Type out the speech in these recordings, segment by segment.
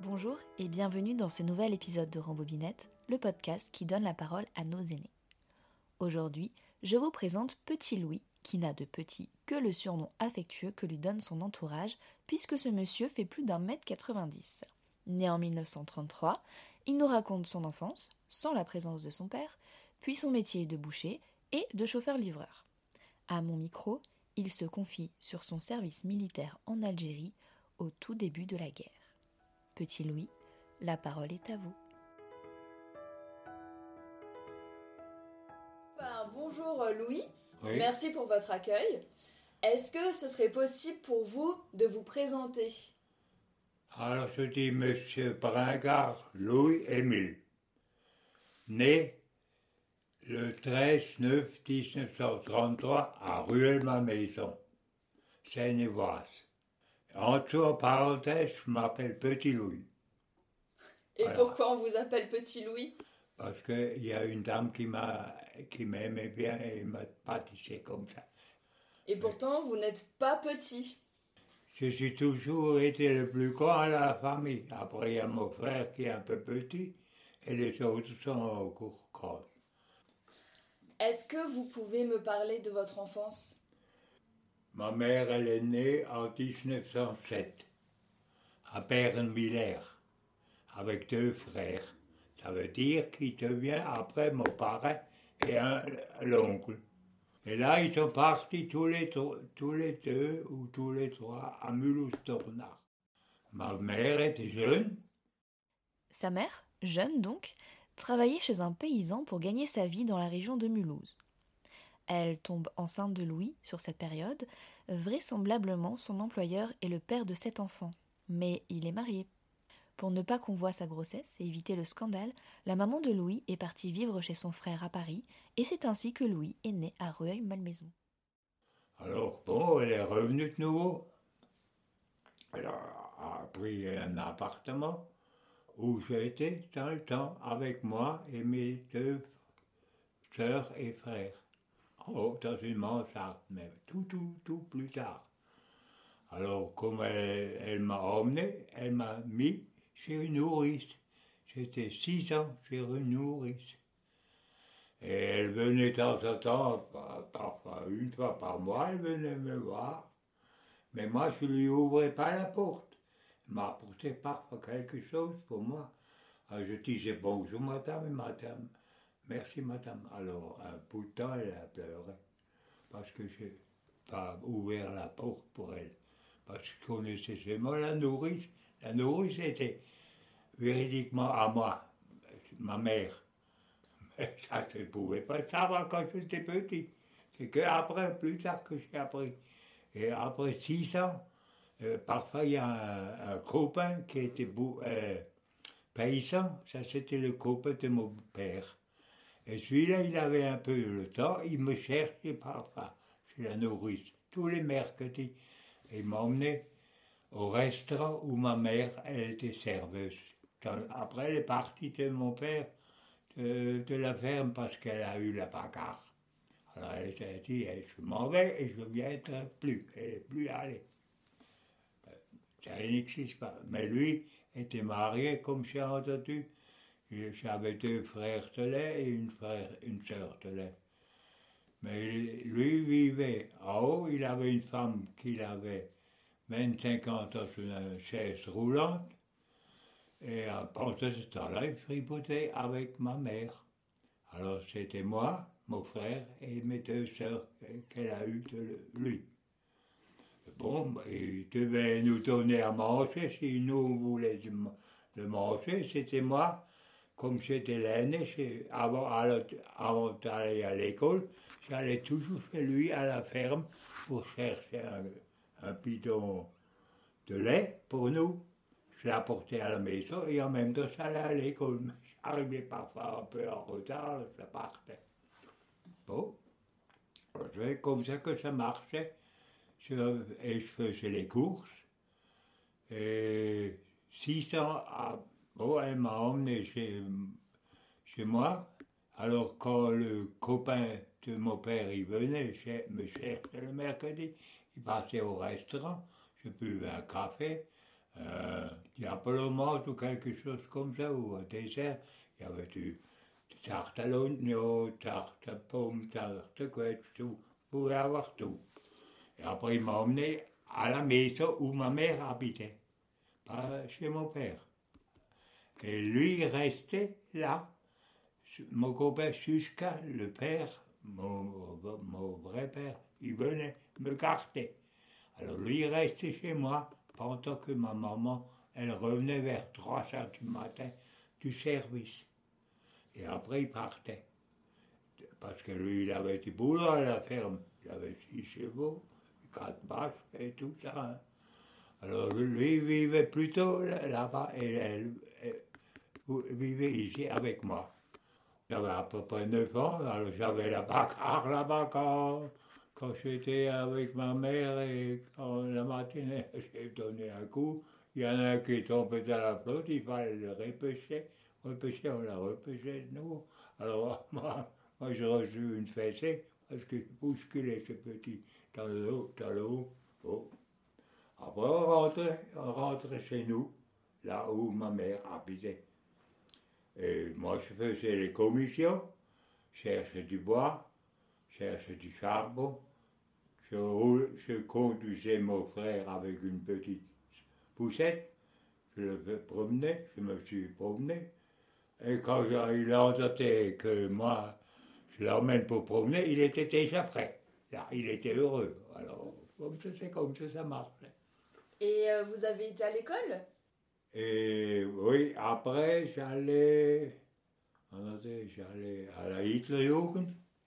Bonjour et bienvenue dans ce nouvel épisode de Rambobinette, le podcast qui donne la parole à nos aînés. Aujourd'hui, je vous présente Petit Louis, qui n'a de petit que le surnom affectueux que lui donne son entourage, puisque ce monsieur fait plus d'1,90 m. Né en 1933, il nous raconte son enfance, sans la présence de son père, puis son métier de boucher et de chauffeur-livreur. À mon micro, il se confie sur son service militaire en Algérie au tout début de la guerre. Petit Louis, la parole est à vous. Bonjour Louis, Oui. Merci pour votre accueil. Est-ce que ce serait possible pour vous de vous présenter ? Alors je dis Monsieur Bringard Louis-Émile, né le 13-9-1933 à Rueil-Malmaison, Seine-et-Oise. En dessous, en parenthèse, je m'appelle Petit Louis. Et Voilà. pourquoi on vous appelle Petit Louis ? Parce qu'il y a une dame qui m'aimait bien et m'a baptisé comme ça. Et pourtant, vous n'êtes pas petit. Je suis toujours été le plus grand de la famille. Après, il y a mon frère qui est un peu petit et les autres sont encore grands. Est-ce que vous pouvez me parler de votre enfance ? Ma mère, elle est née en 1907 à Bernmiller avec 2 frères. Ça veut dire qu'il devient après mon parrain et l'oncle. Et là, ils sont partis tous les 2 ou tous les 3 à Mulhouse-Tornard. Ma mère était jeune. Sa mère, jeune donc, travaillait chez un paysan pour gagner sa vie dans la région de Mulhouse. Elle tombe enceinte de Louis sur cette période. Vraisemblablement, son employeur est le père de 7 enfants, mais il est marié. Pour ne pas qu'on voie sa grossesse et éviter le scandale, la maman de Louis est partie vivre chez son frère à Paris, et c'est ainsi que Louis est né à Rueil-Malmaison. Alors bon, elle est revenue de nouveau. Elle a pris un appartement où j'ai été dans le temps avec moi et mes 2 sœurs et frères. En haut, dans une mansarde, mais tout plus tard. Alors, comme elle m'a emmené, elle m'a mis chez une nourrice. J'étais 6 ans chez une nourrice. Et elle venait de temps en temps, parfois 1 fois par mois, elle venait me voir. Mais moi, je ne lui ouvrais pas la porte. Elle m'apportait parfois quelque chose pour moi. Alors, je disais bonjour madame, et madame, merci madame. Alors, un bout de temps, elle a pleuré. Parce que je n'ai pas ouvert la porte pour elle. Parce que je connaissais seulement la nourrice. La nourrice était véridiquement à moi, ma mère. Mais ça, je ne pouvais pas savoir quand j'étais petit. C'est qu'après, plus tard que j'ai appris. Et après 6 ans, parfois il y a un copain qui était paysan. Ça, c'était le copain de mon père. Et celui-là, il avait un peu le temps. Il me cherchait parfois chez la nourrice, tous les mercredis. Et il m'emmenait au restaurant où ma mère, elle était serveuse. Après, elle est partie de mon père de la ferme parce qu'elle a eu la bagarre. Alors elle s'est dit, je m'en vais et je ne viendrai plus. Elle n'est plus allée. Ça n'existe pas. Mais lui était marié, comme j'ai entendu. J'avais 2 frères de lait et une sœur de lait. Mais lui vivait en haut, il avait une femme qu'il avait 25 ans dans une chaise roulante. Et pendant ce temps-là, il fripotait avec ma mère. Alors c'était moi, mon frère et mes 2 sœurs qu'elle a eues de lui. Bon, il devait nous donner à manger. Si nous voulions le manger, c'était moi. Comme j'étais l'aîné, avant d'aller à l'école, j'allais toujours chez lui à la ferme pour chercher un bidon de lait pour nous. Je l'apportais à la maison et en même temps j'allais à l'école. J'arrivais parfois un peu en retard, je partais. Bon, c'est comme ça que ça marchait. Et je faisais les courses. Et 6 ans elle m'a emmené chez moi. Alors quand le copain de mon père il venait me chercher le mercredi, il passait au restaurant, je buvais un café, diaplomate ou quelque chose comme ça, ou un dessert. Il y avait du tarte à l'oignon, tarte à pomme, tarte à couette, tout. Vous pouvez avoir tout. Et après, il m'a emmené à la maison où ma mère habitait, pas chez mon père. Et lui, il restait là, mon copain, jusqu'à le père, mon vrai père, il venait me garder. Alors lui, il restait chez moi pendant que ma maman, elle revenait vers 3 heures du matin du service. Et après, il partait. Parce que lui, il avait du boulot à la ferme. Il avait 6 chevaux, 4 vaches et tout ça. Hein. Alors lui, il vivait plutôt là-bas et elle vivait ici avec moi. J'avais à peu près 9 ans, alors j'avais la bagarre là-bas quand j'étais avec ma mère et quand la matinée, j'ai donné un coup. Il y en a un qui est tombé dans la flotte, il fallait le repêcher. On l'a repêché de nouveau. Alors moi j'ai reçu une fessée parce que je bousculais ce petit dans le haut. Oh. Après on rentrait chez nous, là où ma mère habitait. Et moi, je faisais les commissions, cherchais du bois, cherchais du charbon. Je conduisais mon frère avec une petite poussette. Je le promenais, je me suis promené. Et quand il a entendu que moi, je l'emmène pour promener, il était déjà prêt. Là, il était heureux. Alors, c'est comme ça marche. Et vous avez été à l'école? Et oui, après, j'allais à la Hitlerjugend.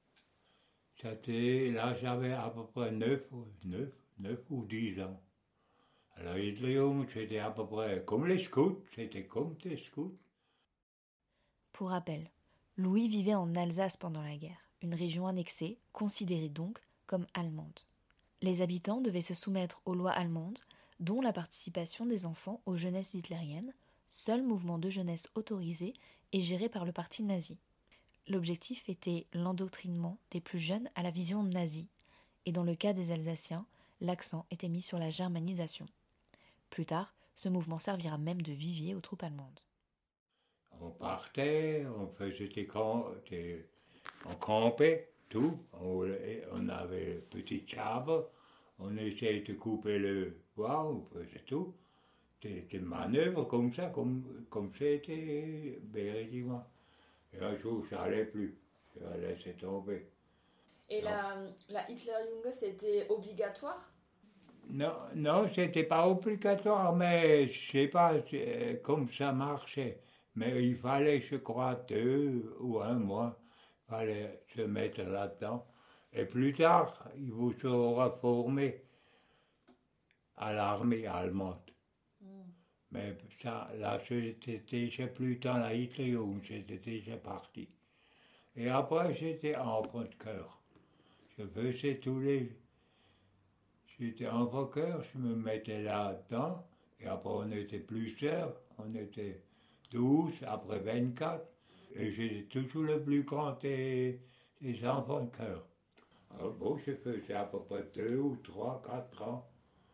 Là, j'avais à peu près 9 ou 10 ans. À la Hitlerjugend, c'était à peu près comme les scouts, c'était comme des scouts. Pour rappel, Louis vivait en Alsace pendant la guerre, une région annexée, considérée donc comme allemande. Les habitants devaient se soumettre aux lois allemandes, dont la participation des enfants aux jeunesses hitlériennes, seul mouvement de jeunesse autorisé et géré par le parti nazi. L'objectif était l'endoctrinement des plus jeunes à la vision nazie, et dans le cas des Alsaciens, l'accent était mis sur la germanisation. Plus tard, ce mouvement servira même de vivier aux troupes allemandes. On partait, on faisait on campait, tout. On avait un petit sabre, on essayait de couper le bois, on faisait tout. Des manœuvres comme ça, comme c'était véritablement. Et un jour, ça n'allait plus. Je laissé tomber. Et la Hitlerjugend, c'était obligatoire? Non, c'était pas obligatoire, mais je sais pas comme ça marchait. Mais il fallait, je crois, 2 ou 1 mois, il fallait se mettre là-dedans. Et plus tard, il vous sera formé à l'armée allemande. Mais ça, là, j'étais déjà plus dans la Hitlerjugend, j'étais déjà parti. Et après, j'étais enfant de cœur. Je faisais J'étais enfant de cœur, je me mettais là-dedans. Et après, on était plusieurs, on était 12, après 24. Et j'étais toujours le plus grand des enfants de cœur. Alors bon, je faisais à peu près 2 ou 3, 4 ans.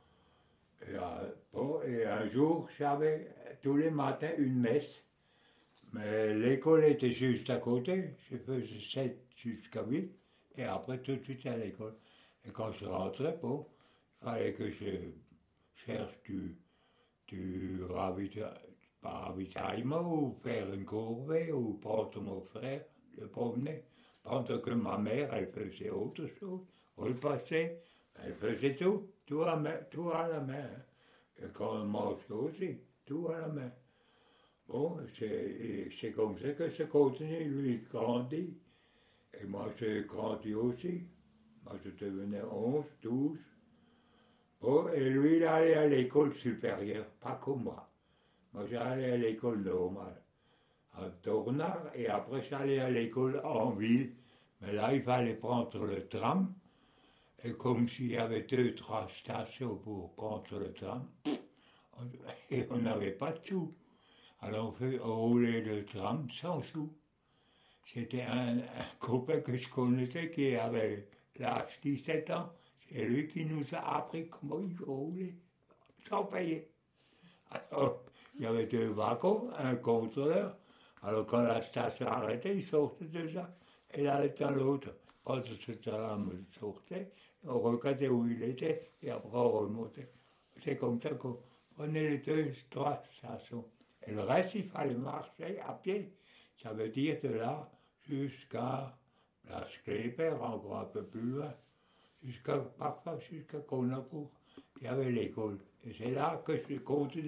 Et un jour, j'avais tous les matins une messe. Mais l'école était juste à côté. Je faisais 7 jusqu'à 8. Et après, tout de suite à l'école. Et quand je rentrais, bon, il fallait que je cherche du ravitaillement ou faire une corvée ou prendre mon frère, le promener. Pendant que ma mère, elle faisait autre chose. Repasser, elle faisait tout à la main. Et quand on mangeait aussi, tout à la main. Bon, c'est comme ça que ça continue. Lui, grandit. Et moi, j'ai grandi aussi. Moi, je devenais 11, 12. Bon, et lui, il allait à l'école supérieure, pas comme moi. Moi, j'allais à l'école normale, à Tornard, et après, j'allais à l'école en ville. Mais là, il fallait prendre le tram. Et comme s'il y avait 2, 3 stations pour prendre le tram, et on n'avait pas de sous. Alors on roulait le tram sans sous. C'était un copain que je connaissais qui avait l'âge de 17 ans. C'est lui qui nous a appris comment il roulait, sans payer. Alors, il y avait deux wagons, un contrôleur. Alors, quand la station arrêtait, il sortait de ça. Et il allait dans l'autre. Quand ce tram sortait, on regardait où il était et après on remontait. C'est comme ça qu'on prenait les deux, trois stations. Et le reste, il fallait marcher à pied. Ça veut dire de là jusqu'à la Skleber, encore un peu plus loin, parfois jusqu'à Conacourt. Il y avait l'école. Et c'est là que je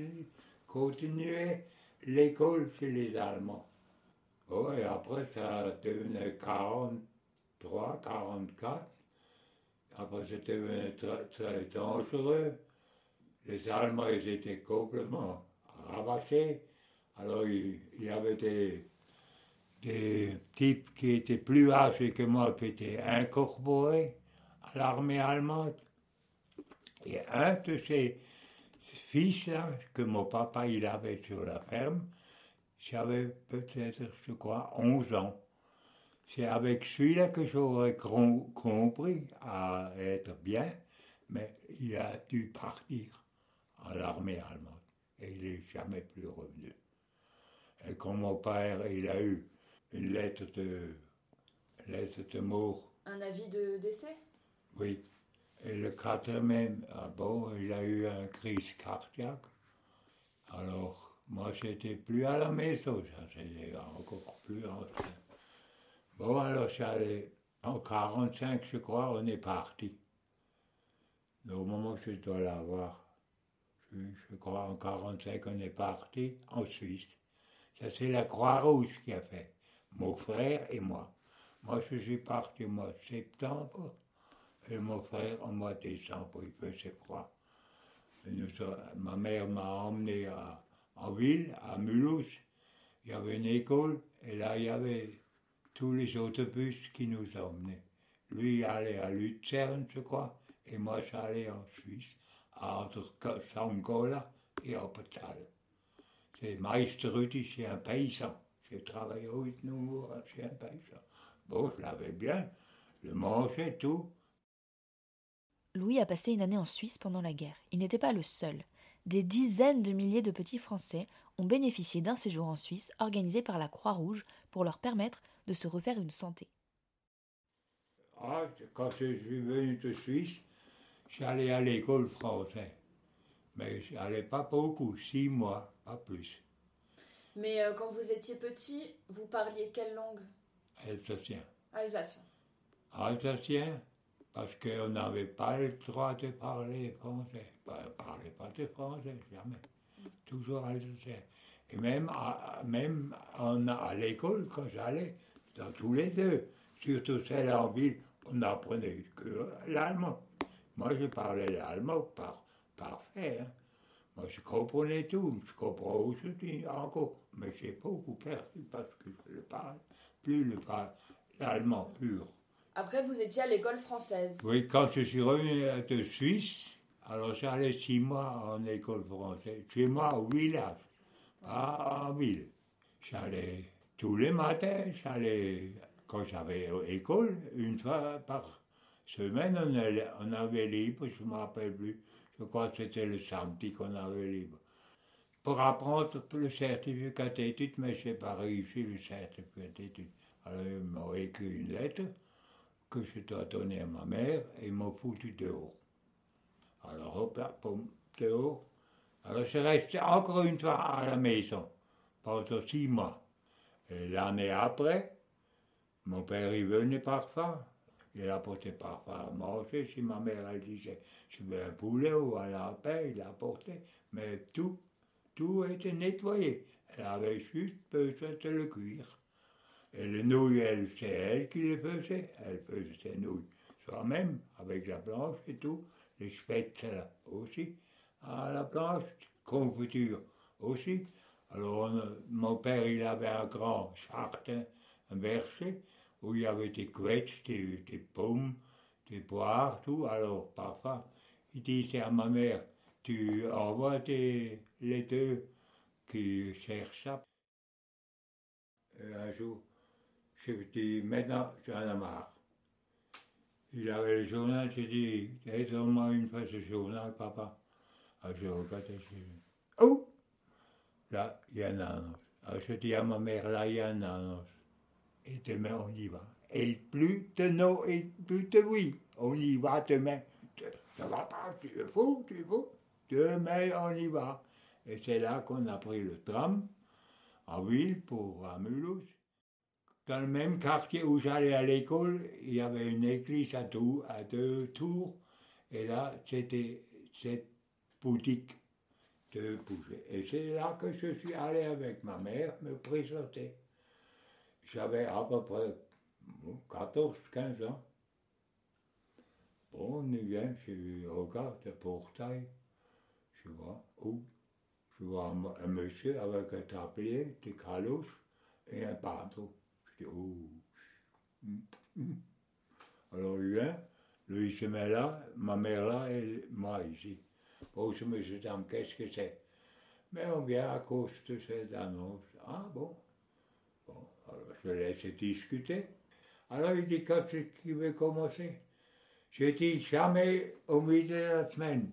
continuais l'école chez les Allemands. Oh, et après, ça devenait 43, 44. Après, c'était devenu très, très dangereux. Les Allemands, ils étaient complètement ravachés. Alors, il y avait des types qui étaient plus âgés que moi, qui étaient incorporés à l'armée allemande. Et un de ces fils-là, que mon papa il avait sur la ferme, j'avais peut-être, je crois, 11 ans. C'est avec celui-là que j'aurais compris à être bien, mais il a dû partir à l'armée allemande. Et il n'est jamais plus revenu. Et quand mon père, il a eu une lettre de mort. Un avis de décès? Oui. Et le 4 même, il a eu une crise cardiaque. Alors, moi, j'étais plus à la maison, ça c'était encore plus ancien. Bon, alors, j'allais en 45, je crois, on est parti. Au moment où je dois l'avoir, je crois en 45, on est parti en Suisse. Ça, c'est la Croix-Rouge qui a fait, mon frère et moi. Moi, je suis parti au mois de septembre, et mon frère au mois de décembre, il faisait froid. Ma mère m'a emmené en ville, à Mulhouse. Il y avait une école, et là, il y avait tous les autobus qui nous emmenaient. Lui, il allait à Luzern, je crois, et moi, j'allais en Suisse, entre Sangola et Oppetal. C'est Meister Rudi, c'est un paysan. J'ai travaillé au Nouveau, c'est un paysan. Bon, je l'avais bien, je mangeais tout. Louis a passé une année en Suisse pendant la guerre. Il n'était pas le seul. Des dizaines de milliers de petits Français ont bénéficié d'un séjour en Suisse organisé par la Croix-Rouge pour leur permettre de se refaire une santé. Quand je suis venu de Suisse, j'allais à l'école française. Mais je n'allais pas beaucoup, 6 mois, pas plus. Mais quand vous étiez petit, vous parliez quelle langue? Alsacien. Alsacien. Alsacien, parce qu'on n'avait pas le droit de parler français. On ne parlait pas de français, jamais. Toujours alsacien. Et même à l'école, quand j'allais, dans tous les deux, surtout celle en ville, on n'apprenait que l'allemand. Moi, je parlais l'allemand parfait. Hein. Moi, je comprenais tout. Je comprends aujourd'hui encore. Mais j'ai beaucoup perdu parce que je ne parle plus l'allemand pur. Après, vous étiez à l'école française. Oui, quand je suis revenu de Suisse, alors j'allais 6 mois en école française. Chez moi, au village, pas en ville. J'allais tous les matins, quand j'avais école, une fois par semaine, on avait libre, je ne me rappelle plus. Je crois que c'était le samedi qu'on avait libre. Pour apprendre le certificat d'études, mais je n'ai pas réussi le certificat d'études. Alors ils m'ont écrit une lettre que je dois donner à ma mère et ils m'ont foutu dehors. Alors hop là, dehors. Alors je restais encore une fois à la maison pendant 6 mois. Et l'année après, mon père il venait parfois. Il apportait parfois à manger. Si ma mère elle disait je veux un poulet ou un lapin, il apportait. Mais tout était nettoyé. Elle avait juste besoin de le cuire. Et les nouilles, c'est elle qui les faisait. Elle faisait ses nouilles soi-même, avec la planche et tout. Les spätzle aussi, à la planche, confiture aussi. Alors, mon père, il avait un grand jardin, un verger, où il y avait des quetches, des pommes, des poires, tout. Alors, parfois, il disait à ma mère, tu envoies les deux qui cherchent ça. Et un jour, je lui dis, maintenant, j'en ai marre. Il avait le journal, j'ai dit, donne-moi une fois ce journal, papa. Alors je regardais, je dis, oh, là, il y a une annonce. Alors je dis à ma mère, là, il y a une annonce. Et demain, on y va. Et plus de non et plus de oui. On y va demain. Ça va pas, tu es fou, tu es fou. Demain, on y va. Et c'est là qu'on a pris le tram en ville pour à Mulhouse. Dans le même quartier où j'allais à l'école, il y avait une église à 2 tours. Et là, c'était cette boutique de boucher. Et c'est là que je suis allé avec ma mère me présenter. J'avais à peu près 14, 15 ans. Bon, on y vient, je regarde le portail, je vois je vois un monsieur avec un tablier, des caloches et un pantalon. Je dis, oh. Alors il vient, lui il se met là, ma mère là et moi ici. Bon, je me suis dit, qu'est-ce que c'est? Mais on vient à cause de cette annonce. Ah bon? Bon, alors je laisse discuter. Alors il dit, quand est-ce qu'il veut commencer? Je dis jamais au milieu de la semaine,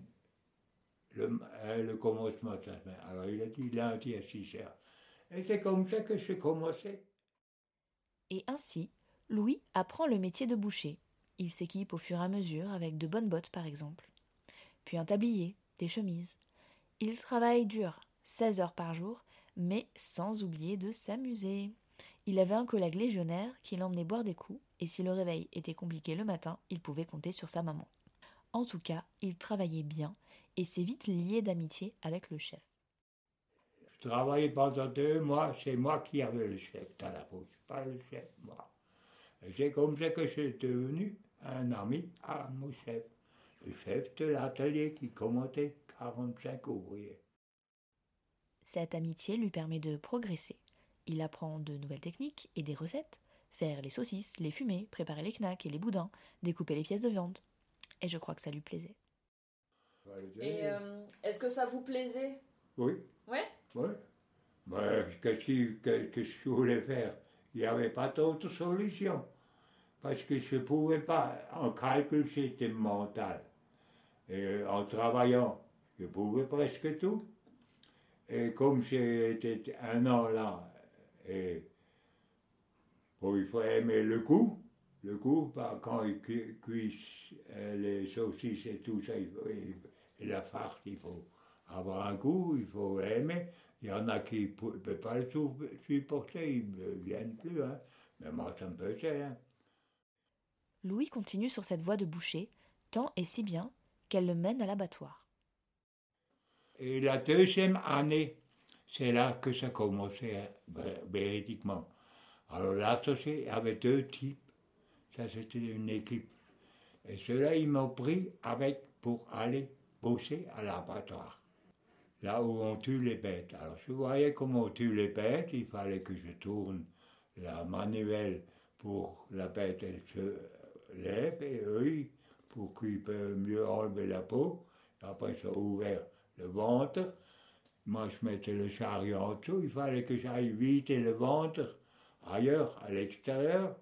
le commencement de la semaine. Alors il a dit lundi à 6 heures. Et c'est comme ça que j'ai commencé. Et ainsi, Louis apprend le métier de boucher. Il s'équipe au fur et à mesure avec de bonnes bottes par exemple. Puis un tablier, des chemises. Il travaille dur, 16 heures par jour, mais sans oublier de s'amuser. Il avait un collègue légionnaire qui l'emmenait boire des coups, et si le réveil était compliqué le matin, il pouvait compter sur sa maman. En tout cas, il travaillait bien, et s'est vite lié d'amitié avec le chef. Je travaillais pendant 2 mois, c'est moi qui avais le chef dans la bouche, pas le chef, moi. Et c'est comme ça que je suis devenu un ami à mon chef, le chef de l'atelier qui commandait 45 ouvriers. Cette amitié lui permet de progresser. Il apprend de nouvelles techniques et des recettes. Faire les saucisses, les fumer, préparer les knacks et les boudins, découper les pièces de viande. Et je crois que ça lui plaisait. Et est-ce que ça vous plaisait? Oui. Ouais? Oui. Mais qu'est-ce que je voulais faire? Il n'y avait pas d'autre solution. Parce que je ne pouvais pas, en calcul, c'était mental. Et en travaillant, je pouvais presque tout. Et comme j'ai été 1 an là, et bon, il faut aimer le goût. Le goût, bah, quand ils cuisent les saucisses et tout ça, et la farce, il faut avoir un goût, il faut aimer. Il y en a qui ne peuvent pas le supporter, ils ne viennent plus. Hein. Mais moi, ça me pesait. Hein. Louis continue sur cette voie de boucher, tant et si bien qu'elle le mène à l'abattoir. Et la deuxième année, c'est là que ça commençait véridiquement. Alors l'associé avait 2 types, ça c'était une équipe. Et ceux-là, ils m'ont pris pour aller bosser à l'abattoir, là où on tue les bêtes. Alors je voyais comment on tue les bêtes, il fallait que je tourne la manivelle pour la bête, elle se lève, et eux, pour qu'ils puissent mieux enlever la peau, après ils ont ouvert le ventre. Moi, je mettais le chariot en dessous, il fallait que j'aille vider le ventre ailleurs, à l'extérieur,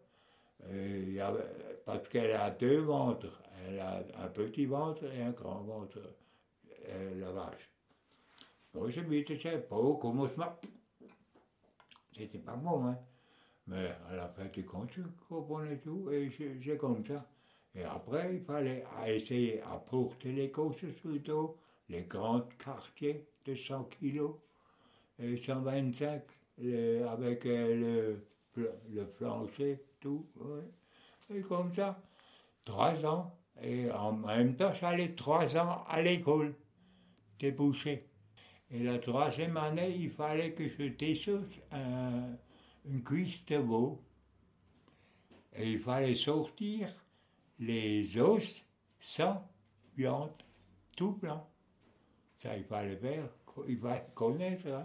parce qu'elle a 2 ventres. Elle a un petit ventre et un grand ventre, la vache. Donc, je vidais ça, pas au commencement. C'était pas bon, hein. Mais à la fin du compte, je comprenais tout, et c'est comme ça. Et après, il fallait essayer à porter les courses sur le dos, les grands quartiers de 100 kilos, et 125 avec le plancher, tout. Ouais. Et comme ça, 3 ans. Et en même temps, j'allais 3 ans à l'école de boucher. Et la 3e année, il fallait que je dessouche une cuisse de veau. Et il fallait sortir les os sans viande, tout blanc. Ça, il fallait faire, il fallait connaître. Hein.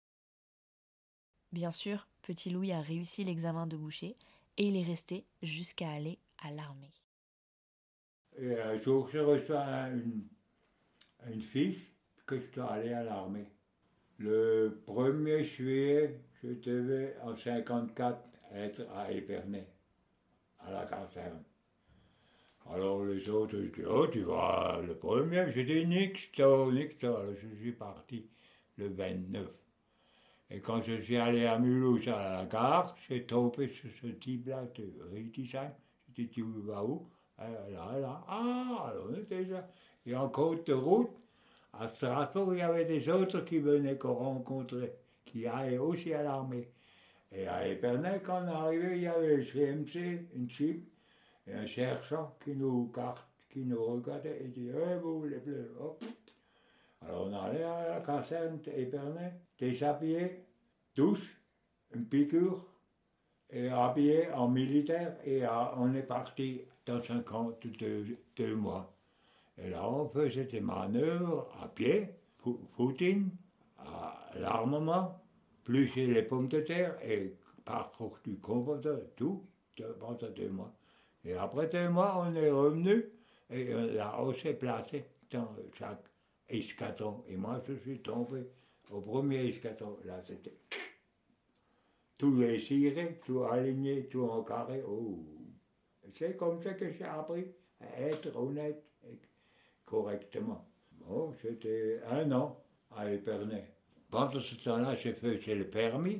Bien sûr, petit Louis a réussi l'examen de boucher et il est resté jusqu'à aller à l'armée. Et un jour, je reçois une fiche que je dois aller à l'armée. Le 1er juillet, je devais en 1954 être à Épernay, à la caserne. Alors les autres disent, oh, tu vas le 1er. J'ai dit, nixto. Alors je suis parti le 29. Et quand je suis allé à Mulhouse à la gare, j'ai tombé sur ce type-là de Riedisheim. Je dis, tu vas où? Là. Ah, alors on était là. Et en côte de route, à Strasbourg, il y avait des autres qui venaient qu'on rencontrait, qui allaient aussi à l'armée. Et à Épernay, quand on arrivait, il y avait le CMC, une chip, et un cherchant qui nous regardait et dit, vous les bleus, hop. Alors on allait à la caserne Épernay, déshabillé, douche, une piqûre, et habillé en militaire, et on est parti dans un camp de 2 mois. Et là, on faisait des manœuvres à pied, footing, à l'armement, plus les pommes de terre, et parcours du convoi, tout, pendant 2 mois. Et après 2 mois, on est revenu, et là, on s'est placé dans chaque escadron. Et moi, je suis tombé au premier escadron. Là, c'était tout ciré, tout aligné, tout en carré. Oh. C'est comme ça que j'ai appris à être honnête et correctement. Bon, c'était 1 an à Épernay. Pendant ce temps-là, j'ai fait le permis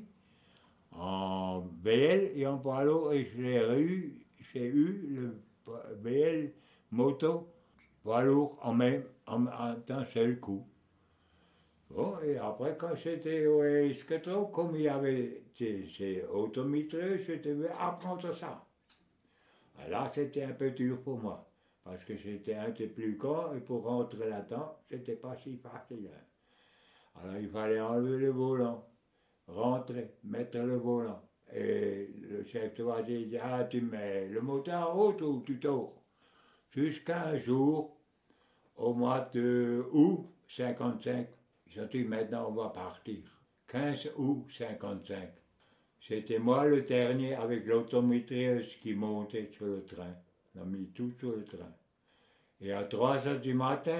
en BL et en poids lourd et j'ai eu le BL moto poids lourd d'un seul coup. Bon, et après, quand j'étais au escadron, comme il y avait ces automitrailleuses, je devais apprendre ça. Et là, c'était un peu dur pour moi, parce que j'étais un des plus grands, et pour rentrer là-dedans, c'était pas si facile. Alors, il fallait enlever le volant, rentrer, mettre le volant. Et le chef de voiture dit, ah, tu mets le moteur en haut ou tu tournes. Jusqu'à un jour, au mois de août 55, ils ont dit, maintenant on va partir. 15 août 55. C'était moi le dernier avec l'automitrailleuse qui montait sur le train. On a mis tout sur le train. Et à 3 heures du matin,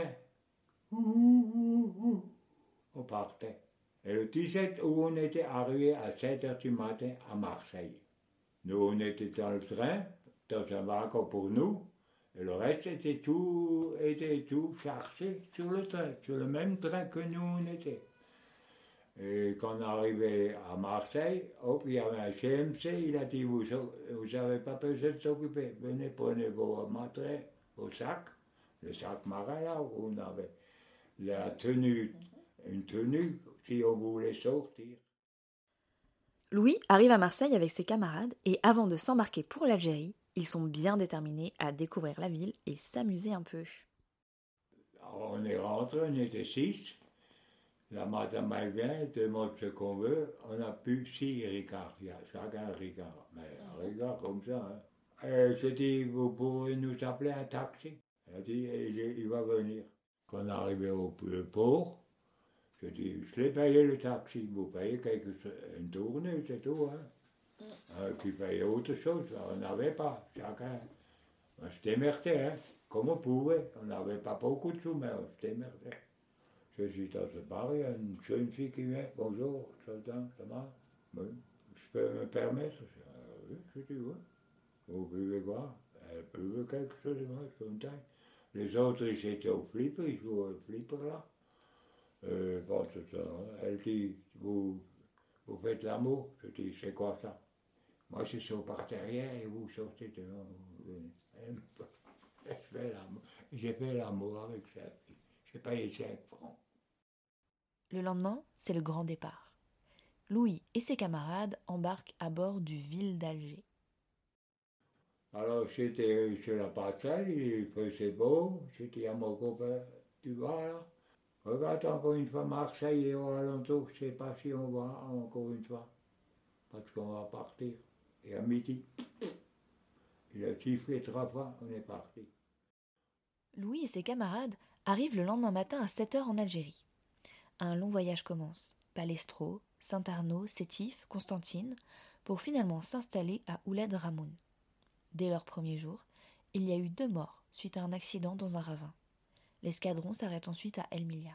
on partait. Et le 17 août, on était arrivé à 7 heures du matin à Marseille. Nous, on était dans le train, dans un wagon pour nous, et le reste était tout chargé sur le train, sur le même train que nous, on était. Et quand on arrivait à Marseille, hop, il y avait un CMC, il a dit, vous n'avez pas besoin de s'occuper, venez, prenez vos matériels, vos sacs, le sac marin là, où on avait la tenue, une tenue, si on voulait sortir. Louis arrive à Marseille avec ses camarades et avant de s'embarquer pour l'Algérie, ils sont bien déterminés à découvrir la ville et s'amuser un peu. Alors on est rentré, on était 6. La madame elle vient, demande ce qu'on veut. On a pu 6 ricards, il y a chacun un ricard. Mais un ricard comme ça. Hein. Et je dis, vous pouvez nous appeler un taxi. Elle a dit, il va venir. Quand on est arrivé au port, je dis, je l'ai payé le taxi, vous payez une tournée, c'est tout. Hein. Qui payait autre chose, on n'avait pas, chacun. On se démerdait, hein, comme on pouvait. On n'avait pas beaucoup de sous, mais on se démerdait. Je suis dans ce bar, il y a une jeune fille qui vient, bonjour, soldat, ça va? Oui. Je peux me permettre? Oui, je dis oui. Vous buvez quoi? Elle buvait quelque chose, moi, je suis une taille. Les autres, ils étaient au flipper, ils jouaient au flipper là. Bon, c'est ça. Elle dit, vous faites l'amour? Je dis, c'est quoi ça? Moi, je suis par derrière et vous sortez devant. J'ai fait l'amour avec ça. J'ai payé 5 francs. Le lendemain, c'est le grand départ. Louis et ses camarades embarquent à bord du Ville d'Alger. Alors j'étais sur la passerelle, il faisait beau, j'ai dit à mon copain, tu vois là, regarde encore une fois Marseille et au alentour, je ne sais pas si on va encore une fois, parce qu'on va partir. Et à midi, il a sifflé 3 fois, on est parti. Louis et ses camarades arrivent le lendemain matin à 7 heures en Algérie. Un long voyage commence, Palestro, Saint-Arnaud, Sétif, Constantine, pour finalement s'installer à Ouled Ramoun. Dès leur premier jour, il y a eu 2 morts suite à un accident dans un ravin. L'escadron s'arrête ensuite à El Milia.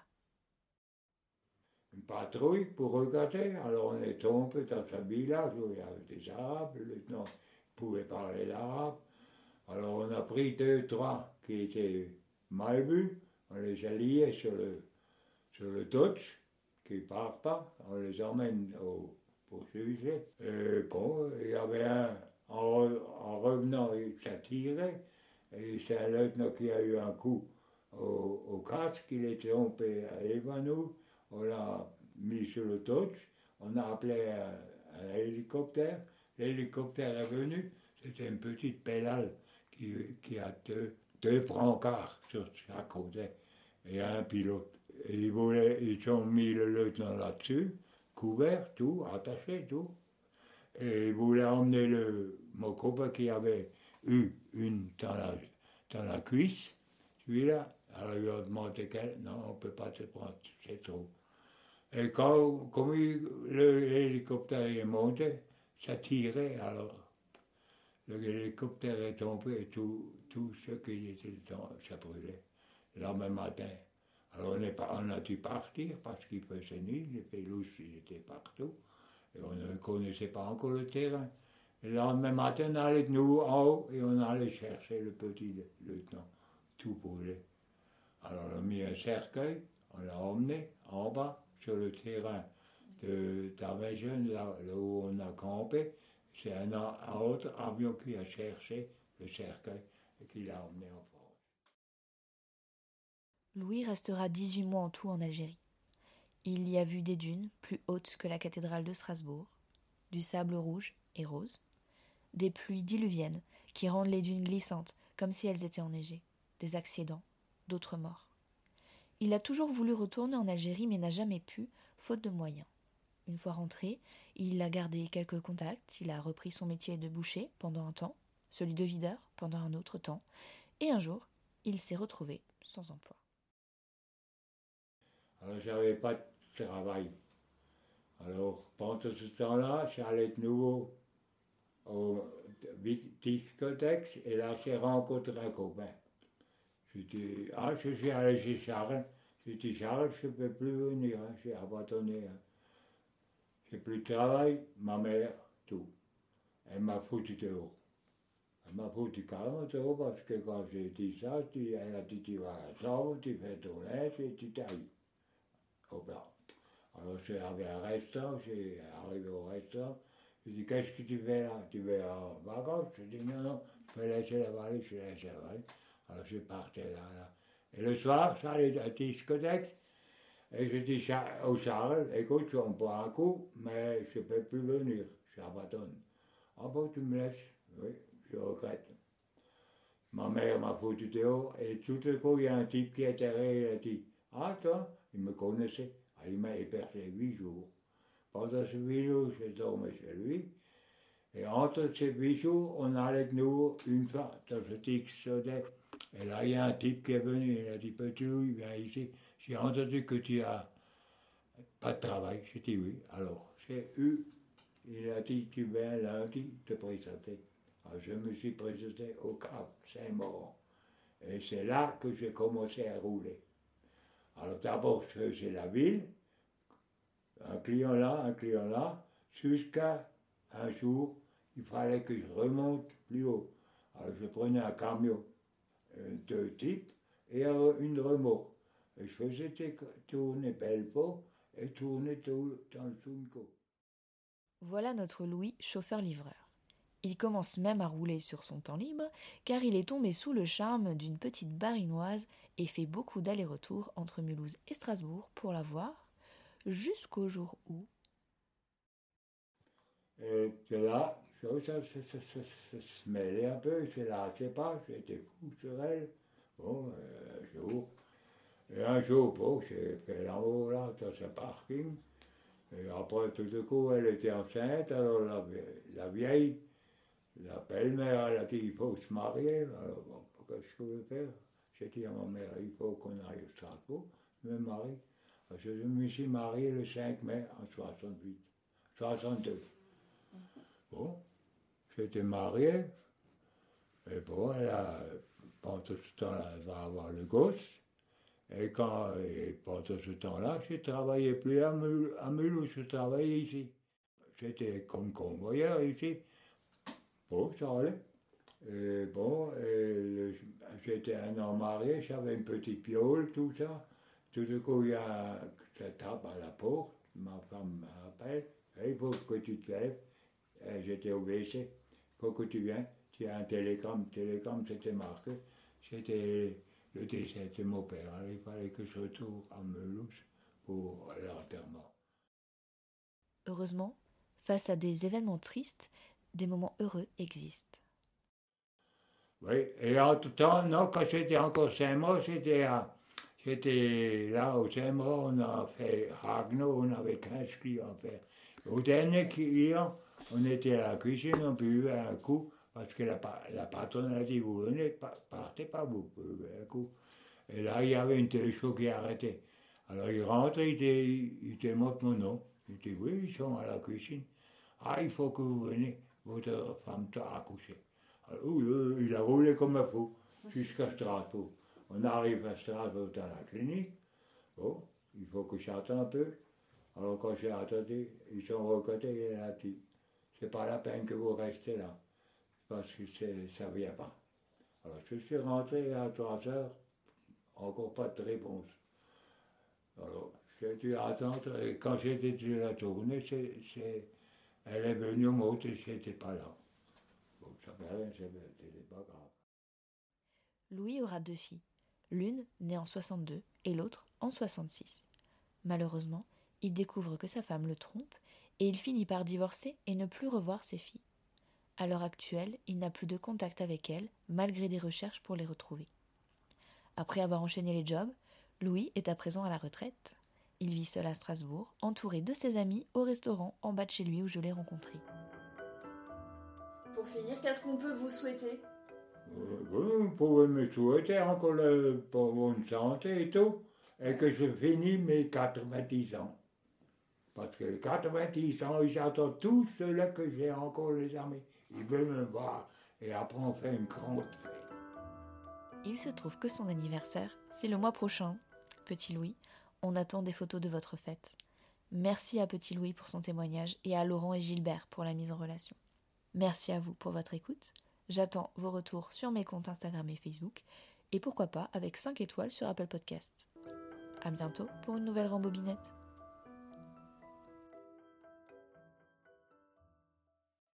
Une patrouille pour regarder, alors on est tombé dans un village où il y avait des Arabes, le lieutenant pouvait parler l'arabe. Alors on a pris 2, 3 qui étaient mal vus, on les a liés sur le Dodge, qu'ils ne partent pas. On les emmène pour juger. Bon, il y avait un, en revenant, ça tirait. Et c'est un lieutenant qui a eu un coup au casque, il était tombé à Evanou. On l'a mis sur le touch. On a appelé un hélicoptère. L'hélicoptère est venu. C'était une petite pédale qui a deux brancards sur chaque côté et un pilote. Et ils ont mis le lieutenant là-dessus, couvert, tout, attaché, tout. Et ils voulaient emmener mon copain qui avait eu une dans la cuisse, celui-là. Alors il a demandé non, on ne peut pas te prendre, c'est trop. Et comme l'hélicoptère est monté, ça tirait, alors l'hélicoptère est tombé et tout ce qui était dedans, ça brûlait. Le lendemain matin. Alors on a dû partir parce qu'il faisait nuit, les pelouses ils étaient partout. Et on ne connaissait pas encore le terrain. Le lendemain matin, on allait de nouveau en haut et on allait chercher le petit lieutenant, tout brûlé. Alors on a mis un cercueil, on l'a emmené en bas sur le terrain d'Arméjeune, là où on a campé. C'est un autre avion qui a cherché le cercueil et qui l'a emmené en France. Louis restera 18 mois en tout en Algérie. Il y a vu des dunes plus hautes que la cathédrale de Strasbourg, du sable rouge et rose, des pluies diluviennes qui rendent les dunes glissantes comme si elles étaient enneigées, des accidents, d'autres morts. Il a toujours voulu retourner en Algérie mais n'a jamais pu, faute de moyens. Une fois rentré, il a gardé quelques contacts, il a repris son métier de boucher pendant un temps, celui de videur pendant un autre temps, et un jour, il s'est retrouvé sans emploi. Alors j'avais pas de travail. Alors pendant ce temps-là, j'allais de nouveau au discothèque et là j'ai rencontré un copain. Je dis, je suis allé chez Charles. Je dis, Charles, je ne peux plus venir, hein, j'ai abandonné. Hein. J'ai plus de travail, ma mère, tout. Elle m'a foutu dehors. Elle m'a foutu carrément dehors parce que quand j'ai dit ça, elle a dit, tu vas à la chambre, tu fais ton linge et tu t'ailles. Alors j'avais un restaurant, j'ai arrivé au restaurant. Je dis, qu'est-ce que tu fais là? Tu vas en vacances? Je dis, non, je vais laisser la vallée, je laisse la vallée. Alors je partais là. Et le soir, j'allais à la discothèque. Et je dis au Charles, écoute, on boit un coup, mais je ne peux plus venir, j'abandonne. Ah bon, tu me laisses? Oui, je regrette. Ma mère m'a foutu dehors, et tout à coup, il y a un type qui est arrivé, il a dit, toi, il me connaissait. Il m'a hébergé 8 jours. Pendant ces 8 jours, je dormais chez lui. Et entre ces 8 jours, on allait de nouveau une fois dans ce discothèque. Et là, il y a un type qui est venu, il a dit, petit Louis, viens ici. J'ai entendu que tu as pas de travail. J'ai dit oui. Alors, j'ai eu, il a dit, tu viens lundi te présenter. Alors, je me suis présenté au Cap Saint-Maur. Et c'est là que j'ai commencé à rouler. Alors, d'abord, je faisais la ville, un client là, jusqu'à un jour, il fallait que je remonte plus haut. Alors, je prenais un camion de type et une remorque. Et je faisais tourner Belfort et tourner tout dans le Sunco. Voilà notre Louis, chauffeur-livreur. Il commence même à rouler sur son temps libre, car il est tombé sous le charme d'une petite barinoise et fait beaucoup d'allers-retours entre Mulhouse et Strasbourg pour la voir, jusqu'au jour où... Et c'est là, ça se mêlait un peu, c'est là, je sais pas, j'étais fou sur elle. Bon, un jour, bon, j'ai fait là-haut, là, dans ce parking. Et après, tout d'un coup, elle était enceinte, alors la vieille, la belle-mère, elle a dit, il faut se marier. Alors, bon, qu'est-ce que je veux faire? J'ai dit à ma mère, il faut qu'on aille au Strasbourg, je me marie. Alors, je me suis marié le 5 mai en 62. Bon, j'étais marié, et bon, pendant ce temps-là, elle va avoir le gosse. Et pendant ce temps-là, je ne travaillais plus à Mulhouse, je travaillais ici. J'étais comme convoyeur ici. Bon, ça allait. Et bon, j'étais un an marié, j'avais une petite piole, tout ça. Tout d'un coup, il y a ça tape à la porte, ma femme m'appelle, il faut que tu te lèves. J'étais au WC, il faut que tu viennes, tu as un télégramme, c'était marqué, c'était le décès de mon père, alors il fallait que je retourne à Mulhouse pour l'enterrement. Heureusement, face à des événements tristes, des moments heureux existent. Oui, et entre-temps, non, quand j'étais encore Saint-Maur, j'étais là au Saint-Maur, on a fait Ragno, on avait 15 clients à faire. Au dernier client, on était à la cuisine, on buvait un coup, parce que la patronne a dit, vous venez, partez pas, vous buvez un coup. Et là, il y avait une télécho qui arrêtait. Alors il rentre, il te montre mon nom. Il dit, oui, ils sont à la cuisine. Ah, il faut que vous venez, votre femme t'a accouché. Alors, il a roulé comme un fou jusqu'à Strasbourg. On arrive à Strasbourg dans la clinique. Bon, il faut que j'attende un peu. Alors quand j'ai attendu, ils sont reconnus et il a dit, c'est pas la peine que vous restez là, parce que ça ne vient pas. Alors je suis rentré à 3 heures, encore pas de réponse. Alors j'ai dû attendre et quand j'étais sur la tournée, elle est venue au mot et j'étais pas là. Bon, ça fait rien, c'était pas grave. Louis aura 2 filles, l'une née en 62 et l'autre en 66. Malheureusement, il découvre que sa femme le trompe et il finit par divorcer et ne plus revoir ses filles. À l'heure actuelle, il n'a plus de contact avec elles, malgré des recherches pour les retrouver. Après avoir enchaîné les jobs, Louis est à présent à la retraite. Il vit seul à Strasbourg, entouré de ses amis au restaurant en bas de chez lui où je l'ai rencontré. Pour finir, qu'est-ce qu'on peut vous souhaiter? Vous pouvez me souhaiter encore pour bonne santé et tout, et que je finis mes 90 ans. Parce que les 90 ans, ils attendent tous ceux-là que j'ai encore les amis. Ils veulent me voir, et après on fait une grande fête. Il se trouve que son anniversaire, c'est le mois prochain. Petit Louis, on attend des photos de votre fête. Merci à Petit Louis pour son témoignage et à Laurent et Gilbert pour la mise en relation. Merci à vous pour votre écoute. J'attends vos retours sur mes comptes Instagram et Facebook et pourquoi pas avec 5 étoiles sur Apple Podcast. À bientôt pour une nouvelle rembobinette.